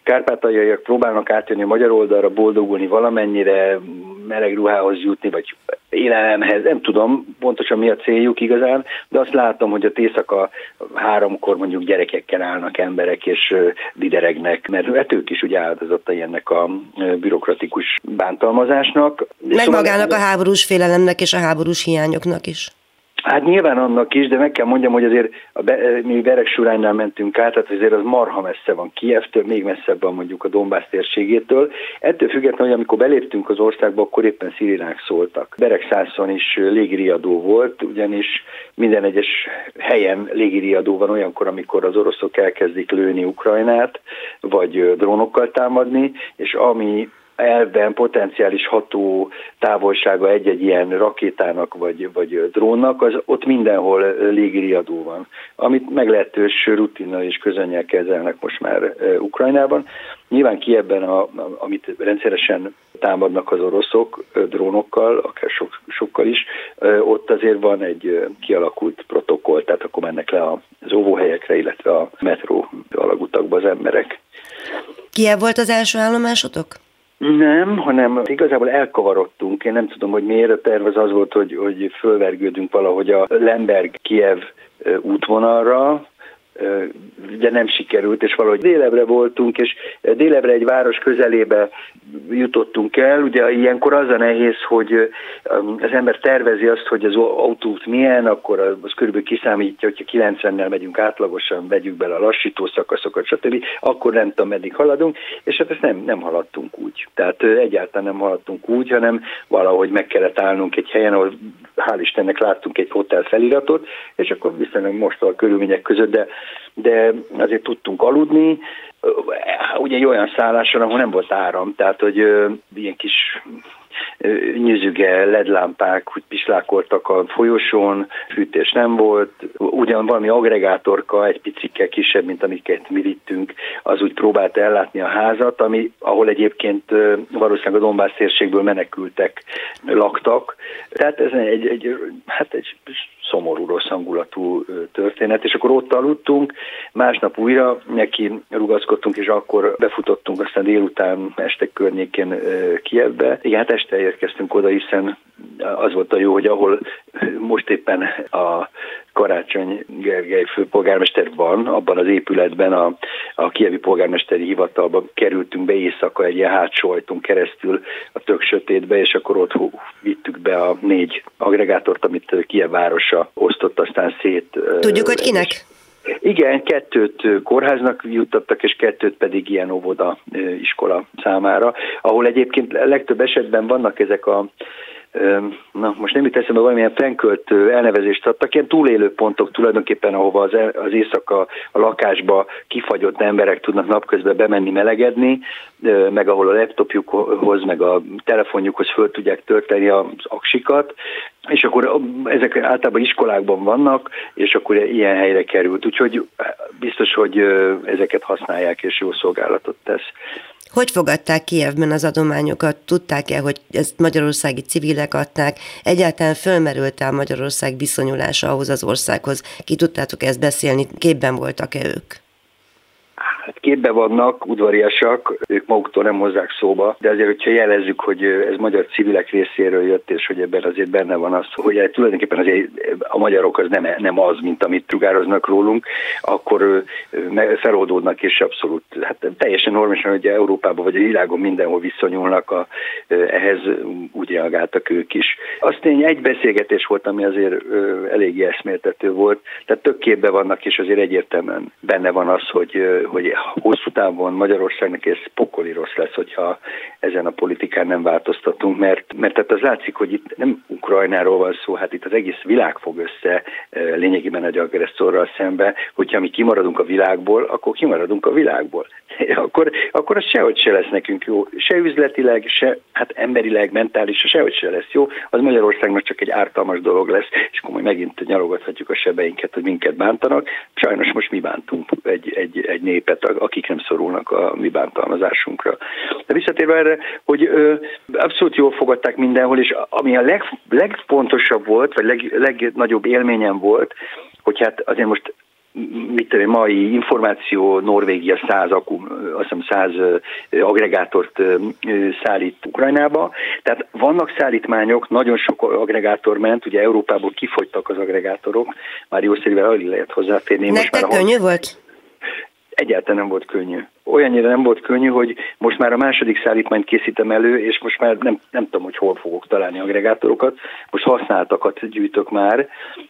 kárpátaljaiak próbálnak átjönni a magyar oldalra, boldogulni valamennyire, meleg ruhához jutni, vagy élelemhez, nem tudom pontosan mi a céljuk igazán, de azt látom, hogy a éjszaka háromkor mondjuk gyerekekkel állnak emberek, és dideregnek, mert hát ők is ugye áldozatai ennek a bürokratikus bántalmazásnak. Meg szóval magának a háborús félelemnek és a háborús hiányoknak is. Hát nyilván annak is, de meg kell mondjam, hogy azért a be, mi Beregsuránynál mentünk át, tehát azért az marha messze van Kijevtől, még messzebb van mondjuk a Donbass térségétől. Ettől függetlenül, hogy amikor beléptünk az országba, akkor éppen szirénák szóltak. Beregszászon is légiriadó volt, ugyanis minden egyes helyen légiriadó van olyankor, amikor az oroszok elkezdik lőni Ukrajnát, vagy drónokkal támadni, és ami elvben potenciális ható távolsága egy-egy ilyen rakétának vagy, vagy drónnak, az ott mindenhol légiriadó van, amit meglehetős rutinnal és közönnyel kezelnek most már Ukrajnában. Nyilván Kijevben, a, amit rendszeresen támadnak az oroszok drónokkal, akár sok, sokkal is, ott azért van egy kialakult protokoll, tehát akkor mennek le az óvóhelyekre, illetve a metró alagutakba az emberek. Kijev volt az első állomásotok? Nem, hanem igazából elkavarodtunk. Én nem tudom, hogy miért. A terv az az volt, hogy, hogy fölvergődünk valahogy a Lemberg-Kijev útvonalra, de nem sikerült, és valahogy délebre voltunk, és délebre egy város közelébe jutottunk el. Ugye ilyenkor az a nehéz, hogy az ember tervezi azt, hogy az autóút milyen, akkor az körülbelül kiszámítja, hogyha kilencvennel megyünk átlagosan, vegyük bele a lassító szakaszokat, stb., akkor nem tudom, meddig haladunk, és hát ezt nem, nem haladtunk úgy. Tehát egyáltalán nem haladtunk úgy, hanem valahogy meg kellett állnunk egy helyen, ahol hál' Istennek láttunk egy hotel feliratot, és akkor viszonylag most a körülmények között, de de azért tudtunk aludni, ugye egy olyan szálláson, ahol nem volt áram, tehát hogy ilyen kis nyüzüge, ledlámpák, hogy pislákoltak a folyosón, fűtés nem volt, ugyan valami agregátorka, egy picikkel kisebb, mint amiket mi vittünk, az úgy próbálta ellátni a házat, ami, ahol egyébként valószínűleg a Donbass térségből menekültek, laktak. Tehát ez egy, egy, hát egy szomorú, rossz hangulatú történet, és akkor ott aludtunk, másnap újra neki rugaszkodtunk, és akkor befutottunk, aztán délután este környékén Kijevbe. Igen, hát este érkeztünk oda, hiszen az volt a jó, hogy ahol most éppen a Karácsony Gergely főpolgármester van, abban az épületben, a, a kijevi polgármesteri hivatalban kerültünk be éjszaka egy ilyen hátsó ajtón keresztül a tök sötétbe, és akkor ott hú, vittük be a négy agregátort, amit Kijev városa osztott aztán szét. Tudjuk, hogy kinek? Igen, kettőt kórháznak juttattak, és kettőt pedig ilyen óvoda iskola számára, ahol egyébként legtöbb esetben vannak ezek a na, most nem jut eszembe, valamilyen fennkölt elnevezést adtak, ilyen túlélő pontok tulajdonképpen, ahova az, az éjszaka a lakásba kifagyott emberek tudnak napközben bemenni melegedni, meg ahol a laptopjukhoz, meg a telefonjukhoz föl tudják tölteni az aksikat, és akkor ezek általában iskolákban vannak, és akkor ilyen helyre került. Úgyhogy biztos, hogy ezeket használják, és jó szolgálatot tesz. Hogy fogadták Kijevben az adományokat? Tudták-e, hogy ezt magyarországi civilek adták? Egyáltalán fölmerült-e a Magyarország viszonyulása ahhoz az országhoz? Ki tudtátok ezt beszélni? Képben voltak-e ők? Hát képben vannak, udvariasak, ők maguktól nem hozzák szóba, de azért, hogyha jelezzük, hogy ez magyar civilek részéről jött, és hogy ebben azért benne van az, hogy tulajdonképpen azért a magyarok az nem, nem az, mint amit trugároznak rólunk, akkor feloldódnak, és abszolút, hát teljesen normálisan, hogy Európában vagy a világon mindenhol viszonyulnak, a, ehhez úgy reagáltak ők is. Az tény, egy beszélgetés volt, ami azért eléggé eszméltető volt, tehát tök képben vannak, és azért egyértelműen benne van az, hogy, hogy hosszú távon Magyarországnak ez pokoli rossz lesz, hogyha ezen a politikán nem változtatunk, mert, mert tehát az látszik, hogy itt nem Ukrajnáról van szó, hát itt az egész világ fog össze lényegében egy agresszorral szembe, hogyha mi kimaradunk a világból, akkor kimaradunk a világból. akkor, akkor az sehogy se lesz nekünk jó, se üzletileg, se hát emberileg, mentálisan, sehogy se lesz jó, az Magyarországnak csak egy ártalmas dolog lesz, és akkor majd megint nyalogathatjuk a sebeinket, hogy minket bántanak. Sajnos most mi bántunk egy, egy, egy népet, akik nem szorulnak a mi bántalmazásunkra. De visszatérve erre, hogy ö, abszolút jól fogadták mindenhol, és ami a leg, legfontosabb volt, vagy leg, legnagyobb élményem volt, hogy hát azért most mit mit mai információ, Norvégia száz akum, azt hiszem száz agregátort szállít Ukrajnába. Tehát vannak szállítmányok, nagyon sok agregátor ment, ugye Európából kifogytak az agregátorok, már jószerivel alig lehet hozzáférni. Nektek most már könnyű volt? Egyáltalán nem volt könnyű. Olyannyira nem volt könnyű, hogy most már a második szállítmányt készítem elő, és most már nem, nem tudom, hogy hol fogok találni agregátorokat. Most használtakat gyűjtök már.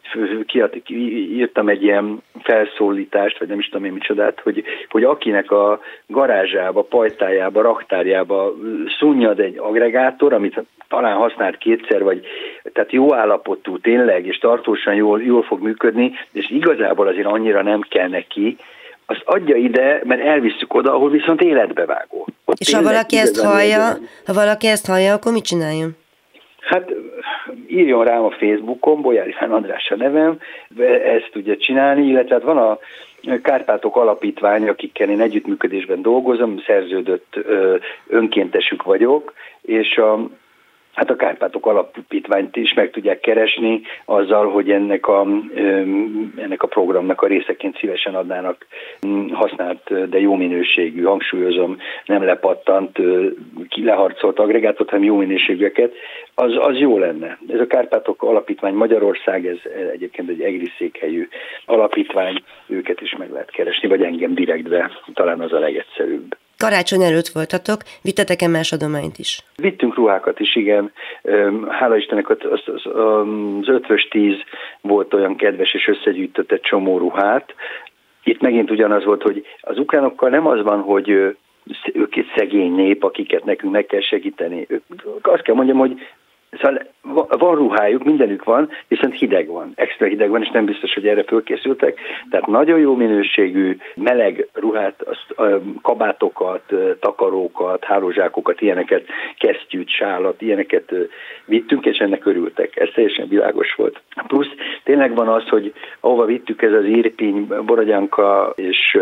Írtam egy ilyen felszólítást, vagy nem is tudom én micsodát, hogy, hogy akinek a garázsába, pajtájába, raktárjába szunnyad egy agregátor, amit talán használt kétszer, vagy tehát jó állapotú tényleg, és tartósan jól, jól fog működni, és igazából azért annyira nem kell neki, azt adja ide, mert elvisszük oda, ahol viszont életbevágó. Ott és ha valaki ezt hallja, ha valaki ezt hallja, akkor mit csináljon? Hát írjon rám a Facebookon, Bolyár István András a nevem, ezt tudja csinálni, illetve hát van a Kárpátok Alapítvány, akikkel én együttműködésben dolgozom, szerződött önkéntesük vagyok, és a Hát a Kárpátok Alapítványt is meg tudják keresni azzal, hogy ennek a, ennek a programnak a részeként szívesen adnának használt, de jó minőségű, hangsúlyozom, nem lepattant, leharcolt agregátort, hanem jó minőségűeket, az, az jó lenne. Ez a Kárpátok Alapítvány Magyarország, ez egyébként egy egri székhelyű alapítvány, őket is meg lehet keresni, vagy engem direktbe, talán az a legegyszerűbb. Karácsony előtt voltatok, vittetek-e más adományt is? Vittünk ruhákat is, igen. Hála Istennek az, az, az ötvös tíz volt olyan kedves, és összegyűjtött egy csomó ruhát. Itt megint ugyanaz volt, hogy az ukránokkal nem az van, hogy ők egy szegény nép, akiket nekünk meg kell segíteni. Azt kell mondjam, hogy szóval van ruhájuk, mindenük van, viszont hideg van, extra hideg van, és nem biztos, hogy erre fölkészültek. Tehát nagyon jó minőségű, meleg ruhát, kabátokat, takarókat, hálózsákokat, ilyeneket, kesztyűt, sálat, ilyeneket vittünk, és ennek örültek. Ez teljesen világos volt. Plusz tényleg van az, hogy ahova vittük, ez az Irpiny, Borodyanka és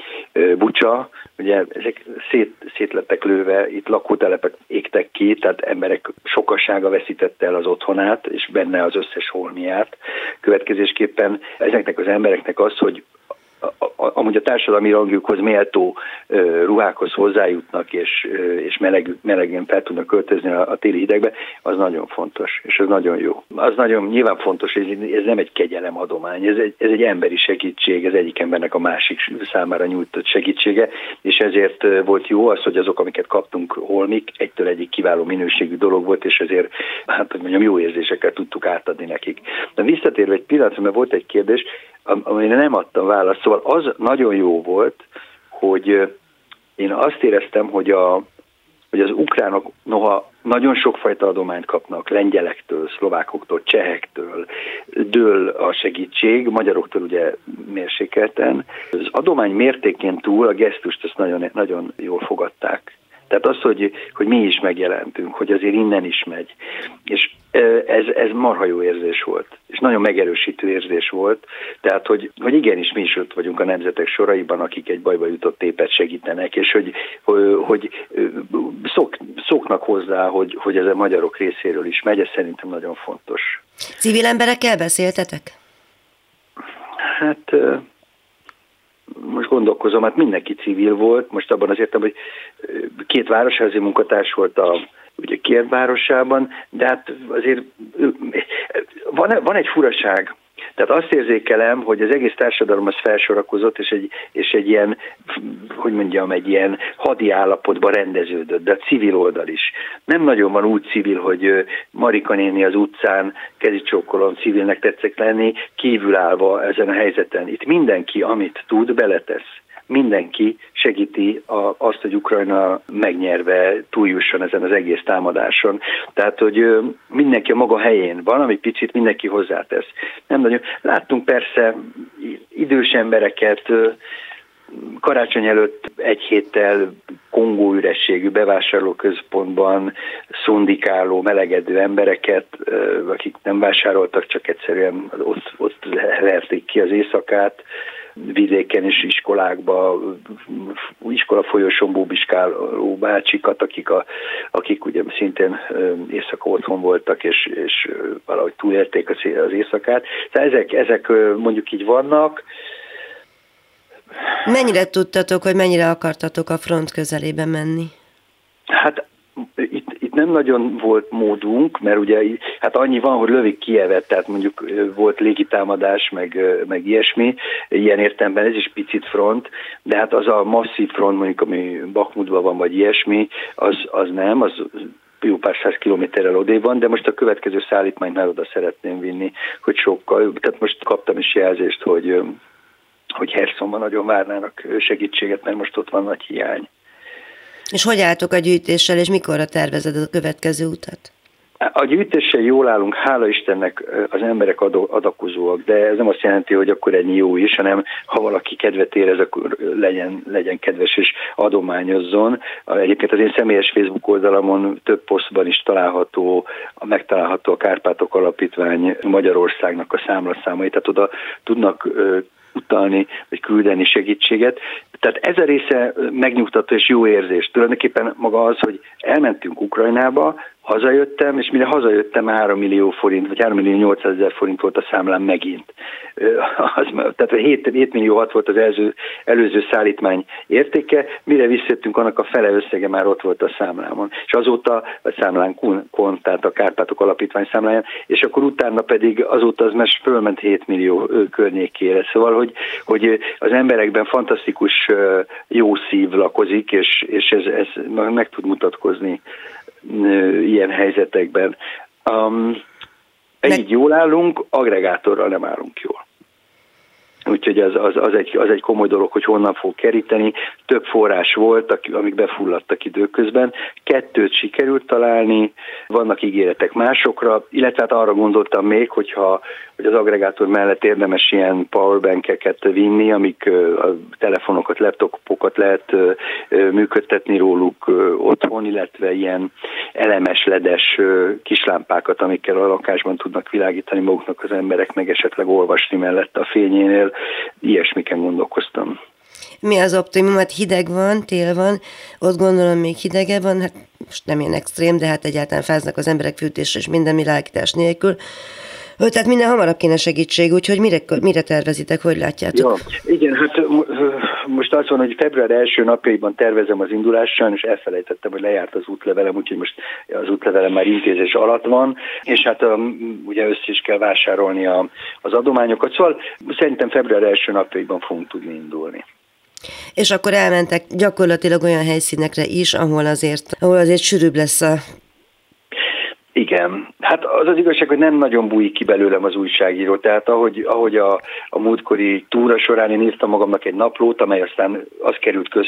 Bucsa, ugye ezek szét, szét lettek lőve, itt lakótelepek égtek ki, tehát emberek sokasága veszítette el az otthonát, és benne az összes holmiát. Következésképpen ezeknek az embereknek az, hogy amúgy a társadalmi rangjukhoz méltó ruhákhoz hozzájutnak, és, és meleg, melegen fel tudnak költözni a, a téli hidegbe, az nagyon fontos, és ez nagyon jó. Az nagyon nyilván fontos, hogy ez nem egy kegyelem adomány, ez egy, ez egy emberi segítség, ez egyik embernek a másik számára nyújtott segítsége, és ezért volt jó az, hogy azok, amiket kaptunk holmik, egytől egyik kiváló minőségű dolog volt, és ezért, hát hogy mondjam, jó érzésekkel tudtuk átadni nekik. De visszatérve egy pillanatra, mert volt egy kérdés, amire nem adtam választ. Szóval az nagyon jó volt, hogy én azt éreztem, hogy, a, hogy az ukránok noha nagyon sokfajta adományt kapnak, lengyelektől, szlovákoktól, csehektől, dől a segítség, magyaroktól ugye mérsékelten. Az adomány mértékén túl a gesztust azt nagyon, nagyon jól fogadták. Tehát az, hogy, hogy mi is megjelentünk, hogy azért innen is megy. És ez, ez marha jó érzés volt, és nagyon megerősítő érzés volt. Tehát, hogy, hogy igenis mi is ott vagyunk a nemzetek soraiban, akik egy bajba jutott népet segítenek, és hogy, hogy, hogy szok, szoknak hozzá, hogy, hogy ez a magyarok részéről is megy, ez szerintem nagyon fontos. Civil emberekkel beszéltetek? Hát... Most gondolkozom, hát mindenki civil volt, most abban az értem, hogy két városházi munkatárs volt a ugye Kiev városában, de hát azért van, van egy furaság. Tehát azt érzékelem, hogy az egész társadalom az felsorakozott, és egy, és egy ilyen, hogy mondjam, egy ilyen hadi állapotban rendeződött, de a civil oldal is. Nem nagyon van úgy civil, hogy Marika néni az utcán kezicsókolom, civilnek tetszek lenni, kívülállva ezen a helyzeten. Itt mindenki, amit tud, beletesz. Mindenki segíti a, azt, hogy Ukrajna megnyerve túljusson ezen az egész támadáson. Tehát, hogy mindenki a maga helyén van, ami picit mindenki hozzátesz. Nem nagyon. Láttunk persze idős embereket, karácsony előtt egy héttel Kongó ürességű bevásárlóközpontban szundikáló, melegedő embereket, akik nem vásároltak, csak egyszerűen ott, ott verték ki az éjszakát, vidéken és iskolákba, iskola folyosón búbiskáló bácsikat, akik, a, akik ugye szintén éjszaka otthon voltak, és, és valahogy túlélték az éjszakát. Tehát ezek, ezek mondjuk így vannak. Mennyire tudtatok, hogy mennyire akartatok a front közelébe menni? Hát itt, itt nem nagyon volt módunk, mert ugye hát annyi van, hogy lövik Kijevet, tehát mondjuk volt légitámadás, meg, meg ilyesmi, ilyen értelemben ez is picit front, de hát az a masszív front, mondjuk ami Bakhmutban van, vagy ilyesmi, az, az nem, az jó pár száz kilométerrel odébb van, de most a következő szállítmányt már oda szeretném vinni, hogy sokkal, tehát most kaptam is jelzést, hogy, hogy Hersonban nagyon várnának segítséget, mert most ott van nagy hiány. És hogy álltok a gyűjtéssel, és mikorra tervezed a következő utat? A gyűjtéssel jól állunk, hála Istennek az emberek adakozóak, de ez nem azt jelenti, hogy akkor ennyi jó is, hanem ha valaki kedvet érez, akkor legyen, legyen kedves és adományozzon. Egyébként az én személyes Facebook oldalamon több posztban is található, megtalálható a Kárpátok Alapítvány Magyarországnak a számlaszámai, tehát oda tudnak utalni, vagy küldeni segítséget. Tehát ez a része megnyugtató és jó érzés. Tulajdonképpen maga az, hogy elmentünk Ukrajnába, hazajöttem, és mire hazajöttem, három millió forint, vagy három millió nyolcszázezer forint volt a számlám megint. Az, tehát hét millió hat volt az előző, előző szállítmány értéke, mire visszajöttünk, annak a fele összege már ott volt a számlámon. És azóta a számlánkon, tehát a Kárpátok Alapítvány számláján, és akkor utána pedig azóta az mes fölment hét millió környékére. Szóval, hogy, hogy az emberekben fantasztikus jó szív lakozik, és, és ez, ez meg tud mutatkozni ilyen helyzetekben. Um, így jól állunk, agregátorral nem állunk jól. Úgyhogy az, az, az, egy, az egy komoly dolog, hogy honnan fog keríteni. Több forrás volt, amik befulladtak időközben. Kettőt sikerült találni, vannak ígéretek másokra, illetve hát arra gondoltam még, hogyha, hogy az agregátor mellett érdemes ilyen powerbankeket vinni, amik a telefonokat, laptopokat lehet működtetni róluk otthon, illetve ilyen elemes ledes kislámpákat, amikkel a lakásban tudnak világítani maguknak az emberek, meg esetleg olvasni mellett a fényénél. Ilyesmiken gondolkoztam. Mi az optimum? Hát hideg van, tél van, ott gondolom még hidegebb van, hát most nem ilyen extrém, de hát egyáltalán fáznak az emberek fűtésre és minden világítás nélkül. Tehát minden hamarabb kéne segítség, úgyhogy mire, mire tervezitek, hogy látjátok? Ja, igen, hát most azt van, hogy február első napjaiban tervezem az indulást, sajnos elfelejtettem, hogy lejárt az útlevelem, úgyhogy most az útlevelem már intézés alatt van, és hát ugye össze is kell vásárolni a, az adományokat, szóval szerintem február első napjaiban fogunk tudni indulni. És akkor elmentek gyakorlatilag olyan helyszínekre is, ahol azért, ahol azért sűrűbb lesz a... Igen, hát az az igazság, hogy nem nagyon bújik ki belőlem az újságíró, tehát ahogy, ahogy a, a múltkori túra során én írtam magamnak egy naplót, amely aztán az került köz,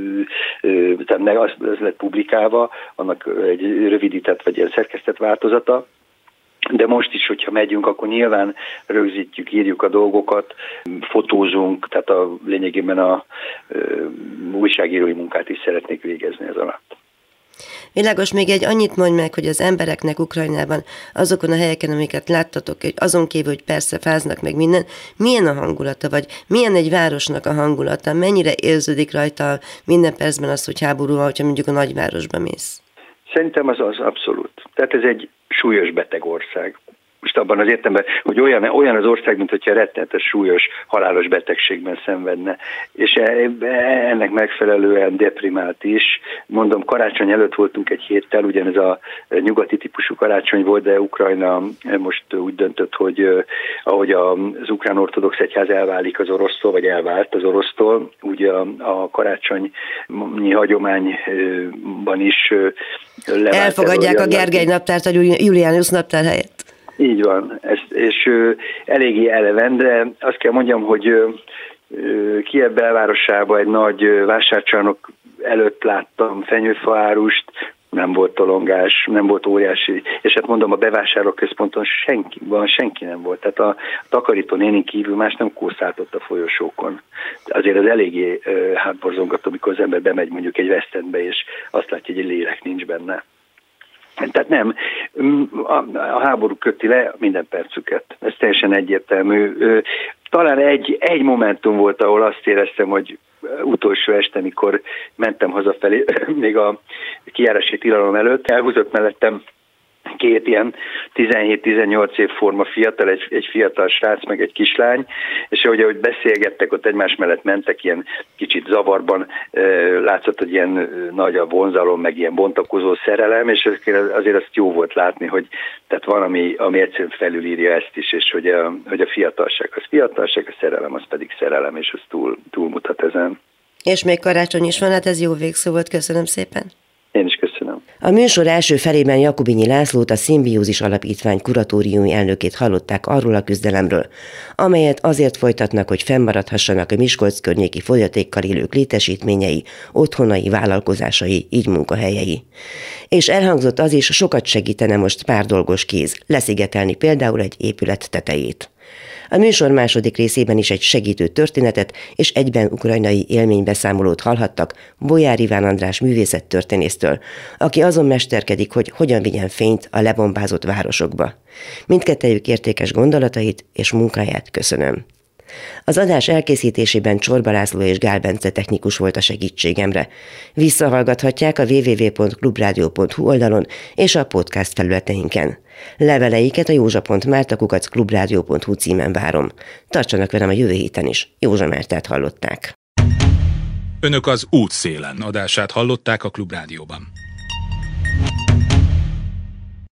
tehát az, az lett publikálva, annak egy rövidített vagy ilyen szerkesztett változata, de most is, hogyha megyünk, akkor nyilván rögzítjük, írjuk a dolgokat, fotózunk, tehát a lényegében a, a újságírói munkát is szeretnék végezni ez alatt. Világos, még egy annyit mondj meg, hogy az embereknek Ukrajnában, azokon a helyeken, amiket láttatok, azon kívül, hogy persze fáznak meg minden, milyen a hangulata, vagy milyen egy városnak a hangulata, mennyire érződik rajta minden percben az, hogy háború van, hogyha mondjuk a nagyvárosba mész? Szerintem az az abszolút. Tehát ez egy súlyos beteg ország. Most abban az értelemben, hogy olyan, olyan az ország, mint hogyha rettenetes súlyos, halálos betegségben szenvedne. És ennek megfelelően deprimált is. Mondom, karácsony előtt voltunk egy héttel, ugyanez a nyugati típusú karácsony volt, de Ukrajna most úgy döntött, hogy ahogy az ukrán ortodox egyház elválik az orosztól, vagy elvált az orosztól, úgy a, a karácsonyi hagyományban is levált. Elfogadják a Gergely naptárt a Juliánus naptár helyett. Így van, ezt, és ö, eléggé eleven, de azt kell mondjam, hogy ö, Kijev belvárosában egy nagy ö, vásárcsarnok előtt láttam fenyőfaárust, nem volt tolongás, nem volt óriási, és hát mondom, a bevásárlóközponton senki, van, senki nem volt, tehát a takarító néni kívül más nem kószáltott a folyosókon. Azért az eléggé ö, hátborzongató, amikor az ember bemegy mondjuk egy West Endbe, és azt látja, hogy egy lélek nincs benne. Tehát nem, a háború köti le minden percüket, ez teljesen egyértelmű. Talán egy, egy momentum volt, ahol azt éreztem, hogy utolsó este, mikor mentem hazafelé, még a kijárási tilalom előtt, elhúzott mellettem két ilyen tizenhét-tizennyolc év forma fiatal, egy, egy fiatal srác, meg egy kislány, és ahogy, ahogy beszélgettek, ott egymás mellett mentek, ilyen kicsit zavarban, látszott, hogy ilyen nagy a vonzalom, meg ilyen bontakozó szerelem, és azért azt jó volt látni, hogy tehát van, ami, ami egyszerűen felülírja ezt is, és hogy a, hogy a fiatalság az fiatalság, a szerelem az pedig szerelem, és az túl, túlmutat ezen. És még karácsony is van, hát ez jó végszó volt, köszönöm szépen. Én is köszönöm. A műsor első felében Jakubinyi Lászlót, a Szimbiózis Alapítvány kuratóriumi elnökét hallották arról a küzdelemről, amelyet azért folytatnak, hogy fennmaradhassanak a Miskolc környéki fogyatékkal élők létesítményei, otthonai, vállalkozásai, így munkahelyei. És elhangzott az is, sokat segítene most pár dolgos kéz, leszigetelni például egy épület tetejét. A műsor második részében is egy segítő történetet és egyben ukrajnai élménybeszámolót hallhattak Bolyár Iván András művészettörténésztől, aki azon mesterkedik, hogy hogyan vigyen fényt a lebombázott városokba. Mindkettejük értékes gondolatait és munkáját köszönöm. Az adás elkészítésében Csorba László és Gál Bence technikus volt a segítségemre. Visszahallgathatják a double-u double-u double-u pont klubrádió pont hu oldalon és a podcast felületeinken. Leveleiket a józsa pont márta kukac klubrádió pont hu címen várom. Tartsanak velem a jövő héten is. Józsa Mártát hallották. Önök az Útszélen adását hallották a Klubrádióban.